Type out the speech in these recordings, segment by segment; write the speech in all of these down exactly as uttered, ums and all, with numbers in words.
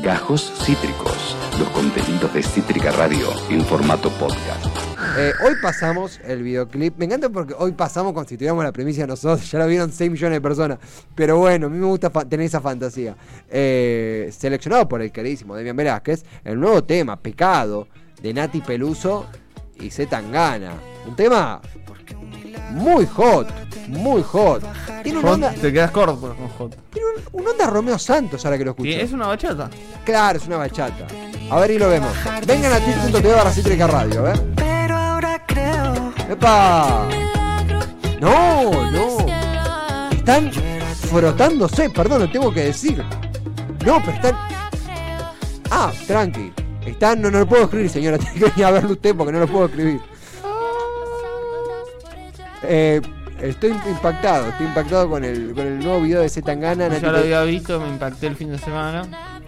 Gajos Cítricos, los contenidos de Cítrica Radio en formato podcast. Eh, hoy pasamos el videoclip. Me encanta porque hoy pasamos como si tuviéramos la primicia nosotros. Ya lo vieron seis millones de personas. Pero bueno, a mí me gusta fa- tener esa fantasía. Eh, seleccionado por el queridísimo Demian Velázquez, el nuevo tema, Pecado, de Nati Peluso y C. Tangana. Un tema muy hot, muy hot. Tiene una onda, Te quedas corto con J. tiene un, un onda Romeo Santos ahora que lo escucho. Y es una bachata. Claro, es una bachata. A ver, y lo vemos. Vengan a twitch punto tv barra Cítrica Radio, a ver. Pero ahora creo. ¡Epa! No, no. Están frotándose, perdón, lo tengo que decir. No, pero están. Ah, tranqui. Están, no, no lo puedo escribir, señora. Tiene que venir a verlo usted porque no lo puedo escribir. Eh, estoy impactado, estoy impactado con el, con el nuevo video de C. Tangana. Nati Ya lo Pe- había visto, me impacté el fin de semana.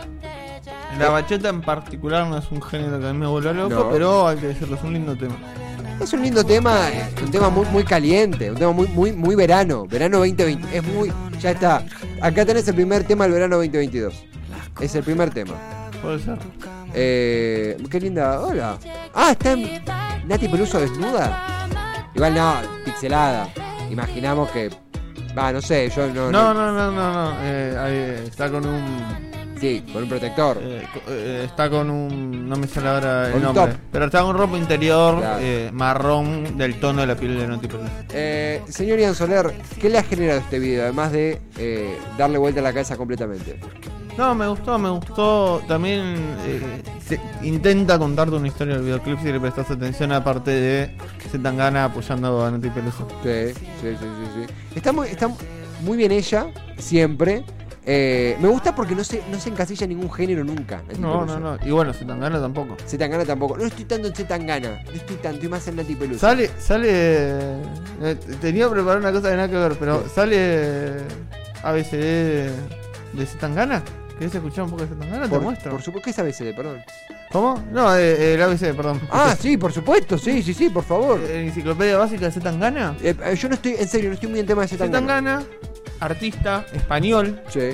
La bachata en particular no es un género que a mí me vuelve loco, No. pero hay que decirlo, es un lindo tema. Es un lindo tema, eh, un tema muy muy caliente, un tema muy muy muy verano, verano veinte veinte. Es muy, ya está. Acá tenés el primer tema del verano veinte veintidós. Es el primer tema. Puede ser. Eh, qué linda, hola. Ah, está en Nati Peluso desnuda. Igual no, pixelada. Imaginamos que, va, no sé, yo no. No, no, no, no, no. Eh, ahí está con un. Sí, con un protector. eh, co- eh, está con un. No me sale ahora Con el un nombre. top. Pero está con ropa interior Claro. eh, marrón del tono de la piel de Nati Peluso. Eh, señor Ian Soler, ¿qué le ha generado este video? Además de eh, darle vuelta a la cabeza completamente. No, me gustó, me gustó. También eh, se intenta contarte una historia del videoclip si le prestas atención, aparte de C. Tangana apoyando a Nati Peluso. Sí, sí, sí, sí, sí. Está muy, está muy bien ella, siempre. Eh, me gusta porque no se, no se encasilla en ningún género nunca. Nati No, Peluso. no, no. Y bueno, C. Tangana tampoco. C. Tangana tampoco. No estoy tanto en C. Tangana. No estoy tanto, estoy más en Nati Peluso. Sale, sale. eh, tenía preparado una cosa de nada que ver, pero sale A B C D de, de C. Tangana. ¿Querés escuchar un poco de C. Tangana? Te por, muestro. por supuesto, ¿qué es A B C D? Perdón. ¿Cómo? No, eh, eh, el A B C D, perdón. Ah, sí, por supuesto, sí, sí, sí, por favor. Eh, Enciclopedia básica de C. Tangana. Eh, eh, yo no estoy, en serio, no estoy muy en tema de C. C. Tangana. Tangana, artista español. Sí.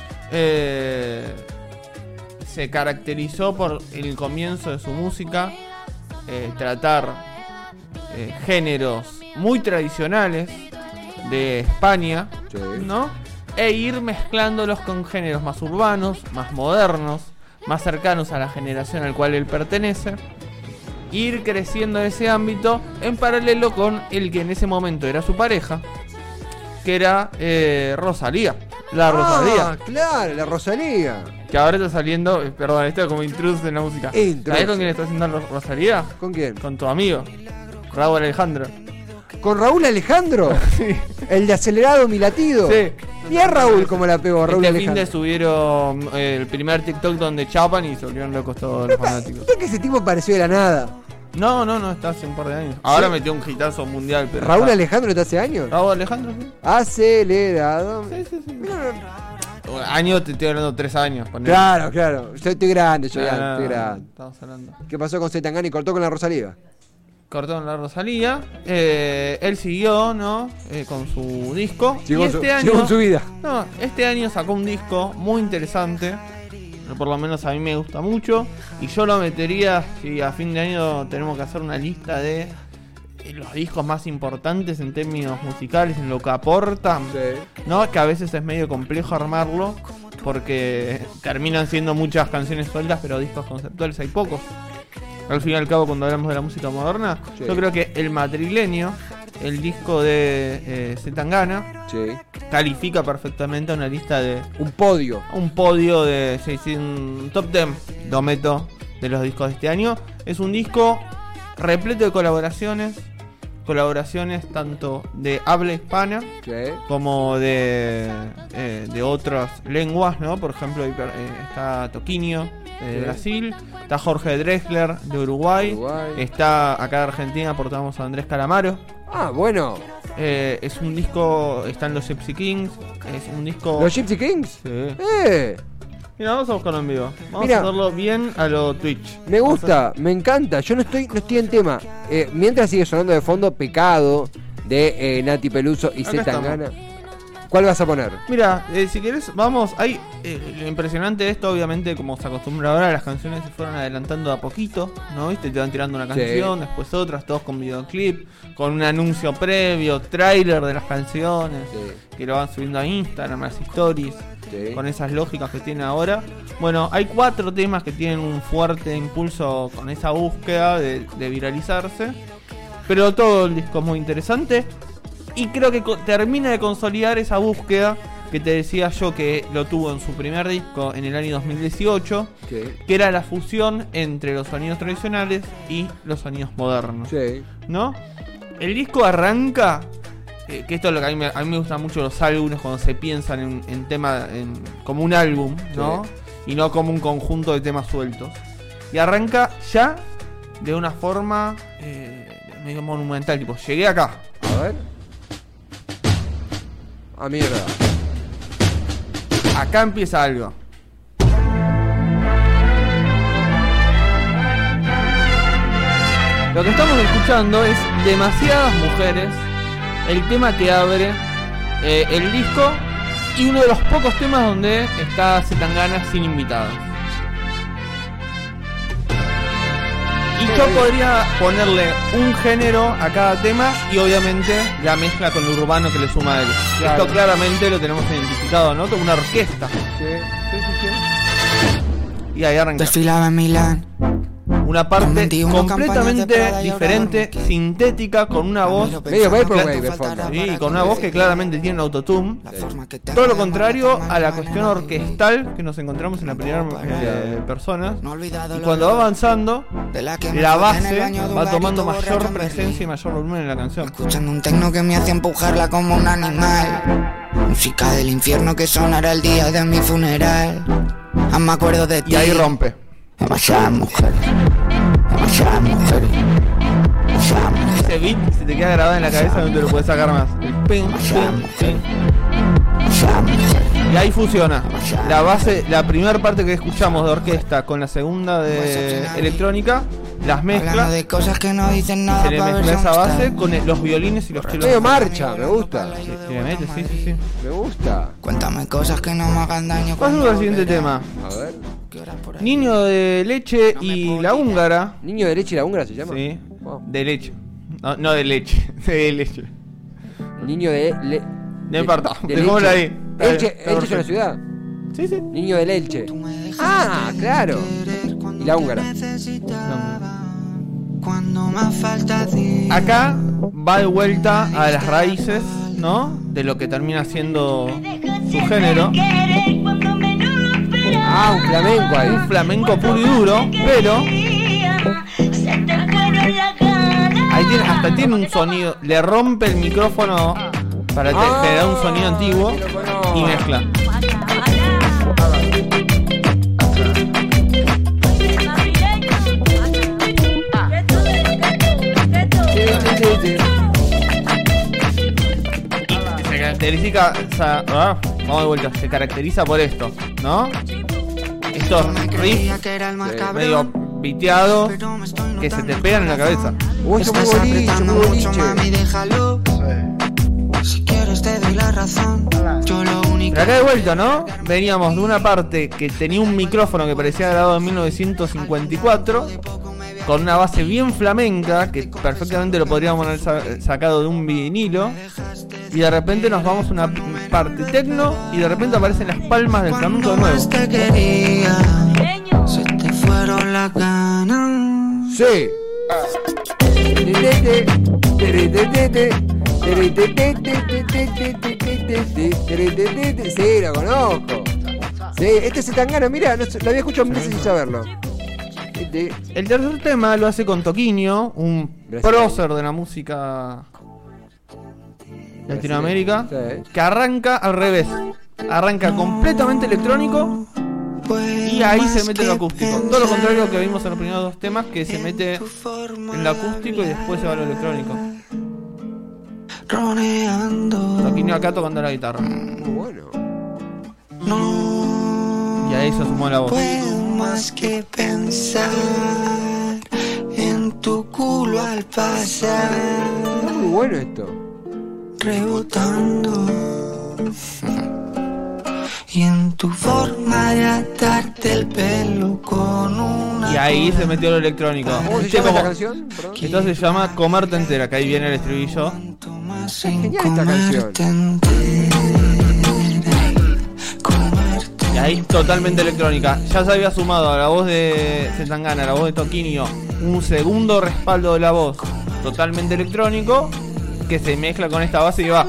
Eh, se caracterizó por el comienzo de su música eh, tratar eh, géneros muy tradicionales de España, Sí. ¿no? E ir mezclándolos con géneros más urbanos, más modernos, más cercanos a la generación al cual él pertenece. Ir creciendo en ese ámbito en paralelo con el que en ese momento era su pareja, que era eh, Rosalía. La Rosalía. Ah, claro, la Rosalía. Que ahora está saliendo, eh, perdón, esto es como intruso en la música. Intruso. ¿Sabés con quién está haciendo Ro- Rosalía? ¿Con quién? Con tu amigo, Raúl Alejandro. ¿Con Raúl Alejandro? Sí. El de acelerado mi latido. Sí. Y es Raúl como la pegó, Raúl Este fin Alejandro. de subieron eh, el primer TikTok donde chapan y se volvieron locos todos los fanáticos. ¿Por qué ese tipo pareció de la nada? No, no, no, está hace un par de años. Ahora metió un hitazo mundial, pero. Raúl está- Alejandro está hace años. Raúl Alejandro, sí. Acelerado. Sí, sí, sí. Mira, no. Años, te estoy hablando tres años. ponele. Claro, claro. Yo estoy grande, yo No, ya, no, estoy no, grande. Estamos hablando. ¿Qué pasó con C. Tangana y cortó con la Rosalía? Cortaron la Rosalía. Eh, él siguió, ¿no? Eh, con su disco. Sigo y con su- este sigo año. con su vida. No, este año sacó un disco muy interesante. Por lo menos a mí me gusta mucho. Y yo lo metería, si a fin de año tenemos que hacer una lista de eh, los discos más importantes en términos musicales, en lo que aportan. ¿No? Que a veces es medio complejo armarlo. Porque terminan siendo muchas canciones sueltas, pero discos conceptuales hay pocos. Al fin y al cabo, cuando hablamos de la música moderna, Sí. yo creo que El Madrileño, el disco de eh, C. Tangana, Sí. califica perfectamente a una lista de Un podio. un podio de sí, sí, un top diez, lo meto, de los discos de este año. Es un disco repleto de colaboraciones, colaboraciones tanto de habla hispana Sí. como de, eh, de otras lenguas, ¿no? Por ejemplo, eh, está Toquinho de Sí. Brasil, está Jorge Drexler de Uruguay, Uruguay. está acá de Argentina, aportamos a Andrés Calamaro. Ah, bueno. Eh, es un disco, están los Gypsy Kings, es un disco... ¿Los Gypsy Kings? Sí. Eh. Mira, vamos a buscarlo en vivo. Vamos Mira. a hacerlo bien a lo Twitch. Me Vamos gusta, me encanta. Yo no estoy, no estoy en tema. Eh, mientras sigue sonando de fondo Pecado de eh, Nati Peluso y Acá C. estamos. Tangana. ¿Cuál vas a poner? Mira, eh, si querés, vamos. Hay eh, lo impresionante de esto, obviamente, como se acostumbra ahora, las canciones se fueron adelantando de a poquito, ¿no? ¿Viste? Te van tirando una canción, sí. después otras, todos con videoclip, con un anuncio previo, tráiler de las canciones, sí. que lo van subiendo a Instagram, a las stories, sí. con esas lógicas que tiene ahora. Bueno, hay cuatro temas que tienen un fuerte impulso con esa búsqueda de, de viralizarse, pero todo el disco es muy interesante. Y creo que co- termina de consolidar esa búsqueda que te decía yo que lo tuvo en su primer disco en el año dos mil dieciocho, sí. que era la fusión entre los sonidos tradicionales y los sonidos modernos. Sí. ¿No? El disco arranca, eh, que esto es lo que a mí, me, a mí me gustan mucho los álbumes cuando se piensan en, en tema en, como un álbum, ¿no? Sí. Y no como un conjunto de temas sueltos. Y arranca ya de una forma eh, medio monumental, tipo, llegué acá. A ver. Ah, mierda. Acá empieza algo. Lo que estamos escuchando es Demasiadas Mujeres, el tema que abre eh, el disco y uno de los pocos temas donde está Zetangana sin invitados. Y yo podría ponerle un género a cada tema y obviamente la mezcla con lo urbano que le suma a él. Claro. Esto claramente lo tenemos identificado, ¿no? Como una orquesta. Sí, sí, sí, sí. Y ahí arranca. Desfilaba en Milán. Una parte completamente diferente, sintética, con una voz medio vaporwave de fondo. Sí, con una voz que claramente tiene autotune. Sí. Todo lo contrario a la cuestión orquestal que nos encontramos en la primera eh, persona. Y cuando va avanzando, la base va tomando mayor presencia y mayor volumen en la canción. Escuchando un tecno que me hacía empujarla como un animal. Música del infierno que sonará el día de mi funeral. Aún me acuerdo de ti. Y ahí rompe. Demasiadas mujeres, demasiadas mujeres, demasiadas mujeres. Ese beat se te queda grabado en la cabeza, no te lo puedes sacar más. El ping, ping, ping. Y ahí funciona. La base, la primera parte que escuchamos de orquesta con la segunda de electrónica, las mezclas. De cosas que no dicen nada. Se le mezcla esa base con el, los violines y los chelos. Medio marcha, me gusta. Sí, sí, sí, sí, sí. Me gusta. Cuéntame cosas que no me hagan daño. Pasamos al siguiente tema. A ver. Niño de leche y la húngara. ¿Niño de leche y la húngara se llama? Sí. Wow. De leche. No, no de leche, de leche. Niño de le... No importa, dejémoslo ahí. Elche, Elche es una ciudad. Sí, sí. Niño de Elche. Ah, claro. Y la húngara. Acá va de vuelta a las raíces, ¿no? De lo que termina siendo su género. Ah, un flamenco ahí. Un flamenco puro y duro, pero ahí tiene, hasta tiene un sonido. Le rompe el micrófono para ah, generar un sonido antiguo y mezcla. Se caracteriza, o sea, ah, vamos de vuelta, se caracteriza por esto, ¿no? Estos riffs eh, medio piteados que se te pegan en la cabeza. Uy, eso es muy boliche, muy boliche. Si quieres te doy la razón. Yo lo único. Pero acá de vuelta, ¿no? Veníamos de una parte que tenía un micrófono que parecía grabado en mil novecientos cincuenta y cuatro, con una base bien flamenca, que perfectamente lo podríamos haber sacado de un vinilo. Y de repente nos vamos a una parte tecno y de repente aparecen las palmas del flamenco de nuevo. Te quería, se te fueron las ganas. Sí. Sí, lo conozco. Sí, este es Zetangana, mira, no, lo había escuchado mil veces sin saberlo. Este. El tercer tema lo hace con Toquinho, un prócer de la música Latinoamérica, sí. Que arranca al revés. Arranca completamente electrónico y ahí se mete en lo acústico. Todo lo contrario a lo que vimos en los primeros dos temas, que se mete en lo acústico y después se va a lo electrónico. Toquinho acá tocando la guitarra. Muy bueno. Y ahí se sumó la voz. Puedo más que pensar en tu culo al pasar. Está muy bueno esto. Rebotando. Y en tu forma de atarte el pelo con una... Y ahí se metió lo electrónico. ¿Cómo se ¿Viste llama cómo? esta canción? Perdón. Esto se llama Comerte Entera, que ahí viene el estribillo. Es genial esta canción. Y ahí totalmente electrónica. Ya se había sumado a la voz de Zetangana, a la voz de Toquinho, un segundo respaldo de la voz totalmente electrónico que se mezcla con esta base y va.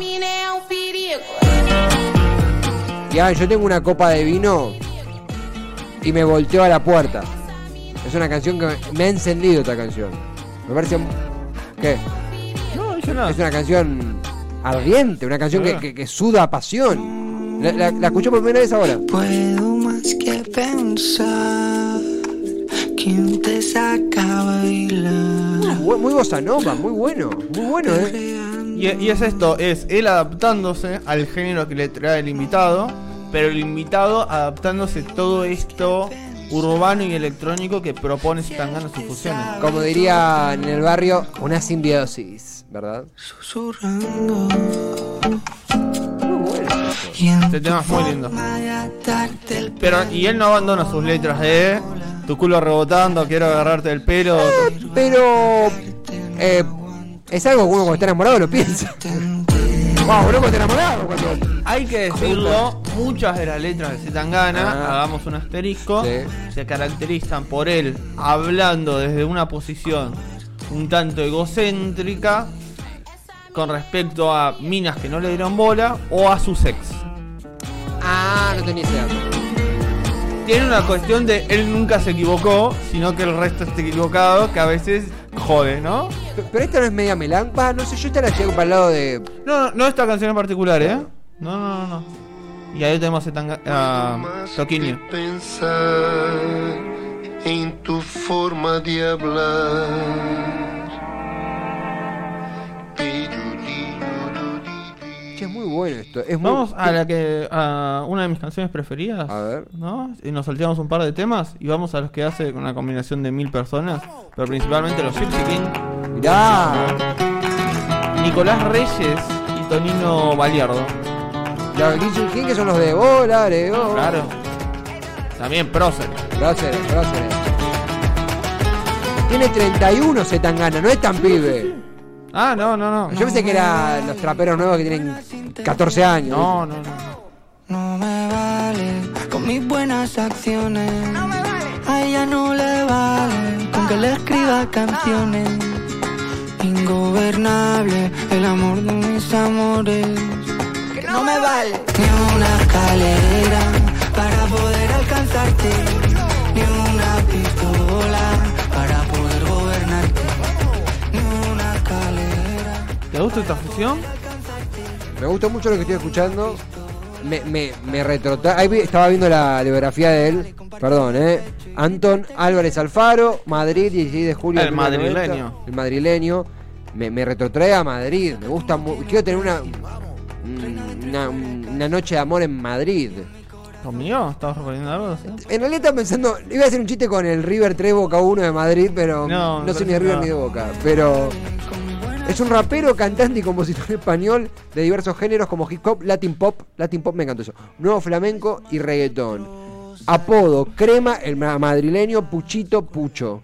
Ya, yo tengo una copa de vino y me volteo a la puerta. Es una canción que me, me ha encendido esta canción. Me parece... ¿Qué? No, dice nada. Es una canción ardiente, una canción que, que, que suda a pasión. La, la, la escuché por primera vez ahora. Puedo más que pensar quién te saca a bailar. Muy, muy bossa nova, muy bueno, muy bueno, ¿eh? Y, y es esto, es él adaptándose al género que le trae el invitado, pero el invitado adaptándose todo esto urbano y electrónico que propone Zetangana en sus fusiones. Como diría en el barrio, una simbiosis, ¿verdad? Susurrando. Muy bueno eso. Este tema es muy lindo. Pero, y él no abandona sus letras de tu culo rebotando, quiero agarrarte el pelo. Eh, pero... Eh, es algo que uno cuando está enamorado lo piensa. Wow, uno cuando está enamorado cuando... Hay que decirlo, muchas de las letras de Zetangana, Ah. hagamos un asterisco, Sí. se caracterizan por él hablando desde una posición un tanto egocéntrica con respecto a minas que no le dieron bola o a sus ex. Ah, no tenía idea. Tiene una cuestión de él nunca se equivocó, sino que el resto está equivocado, que a veces jode, ¿no? Pero, pero esta no es media melanca, no sé, yo esta la llevo para el lado de... No, no, no esta canción en particular, ¿eh? No, no, no, no. Y ahí tenemos a uh, Toquinho. Pensar en tu forma de hablar. Che, es muy bueno esto. Es muy... Vamos a la que a una de mis canciones preferidas. A ver. ¿No? Y nos salteamos un par de temas y vamos a los que hace con una combinación de mil personas, pero principalmente los Gypsy King, Mirá. Nicolás Reyes y Tonino Baliardo. Los Gypsy King, que son los de Volare, oh. Claro. También Prócer. Próceres, próceres. Tiene treinta y uno Zetangana, no es tan pibe. Ah, no, no, no. Yo pensé que eran los traperos nuevos que tienen catorce años. No, no, no. No me vale con mis buenas acciones. A ella no le vale con que le escriba canciones. Ingobernable el amor de mis amores. No me vale ni una escalera para poder alcanzarte, ni una pistola para poder gobernarte, ni una escalera. ¿Te gusta esta fusión? Me gusta mucho lo que estoy escuchando. Me, me, me retrota. Ahí vi- estaba viendo la biografía de él. Perdón, eh. Anton Álvarez Alfaro, Madrid, dieciséis de julio. El de mil novecientos noventa. madrileño. El madrileño. Me, me retrotrae a Madrid. Me gusta mucho. Quiero tener una, una. Una noche de amor en Madrid. ¿Conmigo? ¿Estabas reponiendo algo? ¿Sí? En realidad estaba pensando. Iba a hacer un chiste con el River tres Boca uno de Madrid, pero No, no, me soy ni de parece River no. ni de Boca. Pero. Es un rapero, cantante y compositor español de diversos géneros como hip hop, latin pop, latin pop me encantó eso, nuevo flamenco y reggaetón. Apodo, Crema, el ma- madrileño, Puchito, Pucho.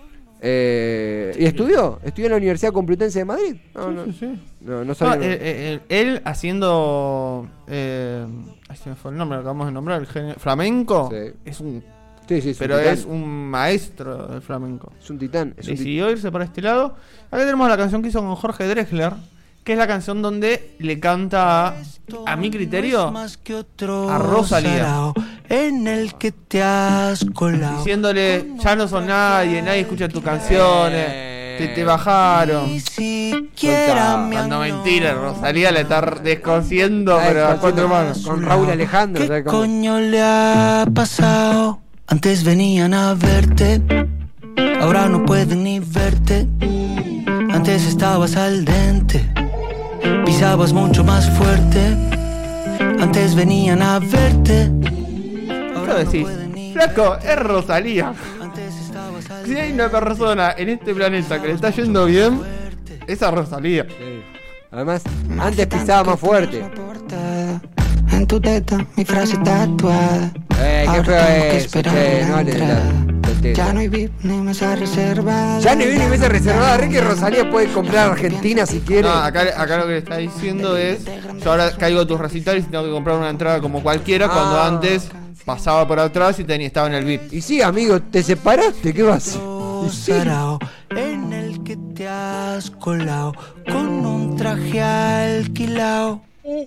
Eh, ¿Y estudió? ¿Estudió en la Universidad Complutense de Madrid? No, no, Sí, sí. no, no No, sabía. eh, eh, él haciendo. Eh, ay, se me fue el nombre, lo acabamos de nombrar. El género, flamenco. Sí. Es un. Sí, sí, es Pero un titán. es un maestro del flamenco. Es un titán. Es un titán. Decidió irse para este lado. Acá tenemos la canción que hizo con Jorge Drexler, que es la canción donde le canta, a, a mi criterio, a Rosalía, en el que te has colado. diciéndole: ya no son nadie, nadie escucha tus canciones, te, te bajaron. Ni siquiera me Cuando han mentira, Rosalía le está descosiendo, Ay, pero a con- cuatro manos. Con Raúl Alejandro. ¿Qué ¿sabes cómo? coño le ha pasado? Antes venían a verte, ahora no pueden ni verte. Antes estabas al dente, pisabas mucho más fuerte. Antes venían a verte, ¿Qué ahora no decís? pueden ni Flaco, es Rosalía. Antes estabas al Si hay una persona en este planeta que le está yendo bien, esa es Rosalía. Sí. Además, antes pisaba más fuerte. fuerte. en tu teta, mi frase tatuada. Eh, qué Ahora feo tengo que es. esperar che, la no le entrada. la- la teta. Ya no hay V I P ni mesa reservada. Ya ni viene mesa reservada. Ricky Rosalía puede comprar Argentina si quiere. No, acá, acá lo que le está diciendo es: yo ahora caigo a tus recitales y tengo que comprar una entrada como cualquiera, cuando Ah. antes pasaba por atrás y tenía, estaba en el V I P. Y sí, amigo, ¿te separaste? ¿Qué vas? Y sí. Sarao, en el que te has colado con un traje alquilado.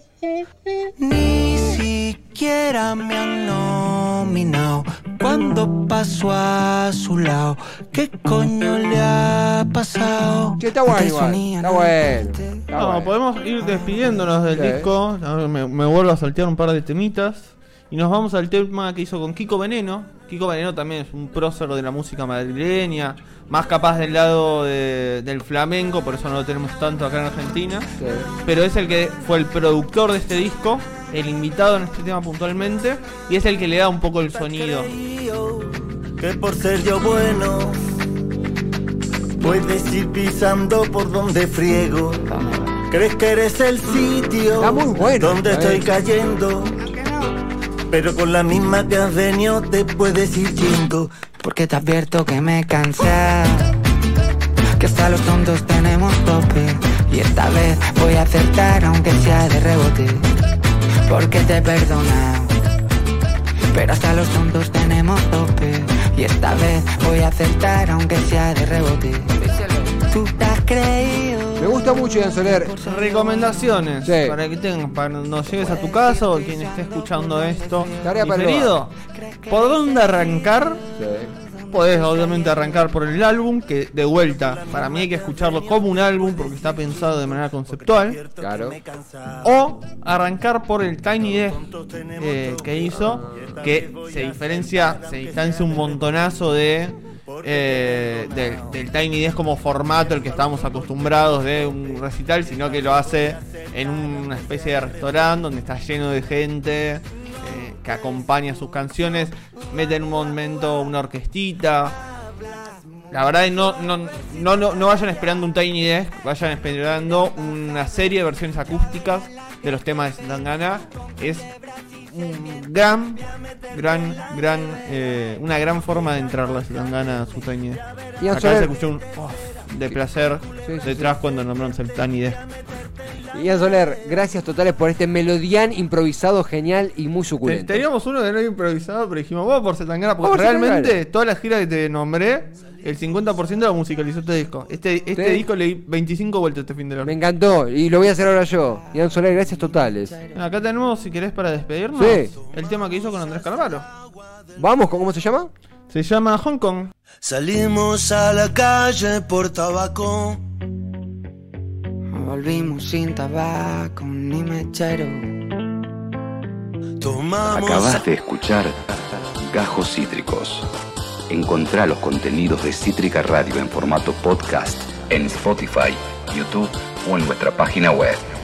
Ni siquiera me han nominado cuando paso a su lado. ¿Qué coño le ha pasado? Che, está bueno Te igual. sonían Está bueno. antes. Está No, bueno. podemos ir despidiéndonos del Sí. disco. A ver, Me, me vuelvo a saltear un par de temitas. Y nos vamos al tema que hizo con Kiko Veneno. Kiko Veneno también es un prócer de la música madrileña, más capaz del lado de- del flamenco, por eso no lo tenemos tanto acá en Argentina. Sí. Pero es el que fue el productor de este disco, el invitado en este tema puntualmente, y es el que le da un poco el sonido. Que por ser yo bueno puedes ir pisando por donde friego. Crees que eres el sitio Está muy bueno, donde está estoy bien. cayendo, pero con la misma que has venido te puedes ir yendo. Porque te advierto que me cansé, que hasta los tontos tenemos tope. Y esta vez voy a acertar aunque sea de rebote. Porque te he perdonado, pero hasta los tontos tenemos tope. Y esta vez voy a acertar aunque sea de rebote. Tú te has creído. Me gusta mucho Ian Soler. Recomendaciones Sí. para que tengas, para cuando llegues a tu casa o quien esté escuchando esto. Tarea para el diferido, ¿por dónde arrancar? Sí. Podés obviamente arrancar por el álbum, que de vuelta, para mí hay que escucharlo como un álbum porque está pensado de manera conceptual. Claro. O arrancar por el Tiny Desk eh, que hizo, que se diferencia, se distancia un montonazo de eh, del, del Tiny Desk como formato el que estábamos acostumbrados de un recital, sino que lo hace en una especie de restaurante donde está lleno de gente eh, que acompaña sus canciones, mete en un momento una orquestita. La verdad es no, no, no, no, no vayan esperando un Tiny Desk, vayan esperando una serie de versiones acústicas de los temas de Zetangana. Es un gran, gran, gran, eh, una gran forma de entrarle a Zetangana a su Tiny Desk. Ian Acá se Soler. escuchó un oh, de placer Sí, sí, detrás cuando nombramos el Tiny Desk. Ian Soler, gracias totales por este melodián improvisado genial y muy Te- suculento. Teníamos uno de no improvisado, pero dijimos, vamos por Zetangana, porque Vamos por realmente Zetangana. toda la gira que te nombré, el cincuenta por ciento la musicalizó este disco. Este, este Sí. disco le di veinticinco vueltas este fin de Me largo. encantó y lo voy a hacer ahora yo. Ian Soler, gracias totales. Acá tenemos, si querés, para despedirnos, Sí. el tema que hizo con Andrés Carvalho. Vamos, ¿cómo se llama? Se llama Hong Kong. Salimos a la calle por tabaco. Volvimos sin tabaco ni mechero. Tomamos. Acabas de escuchar Gajos Cítricos. Encontrá los contenidos de Cítrica Radio en formato podcast en Spotify, YouTube o en nuestra página web.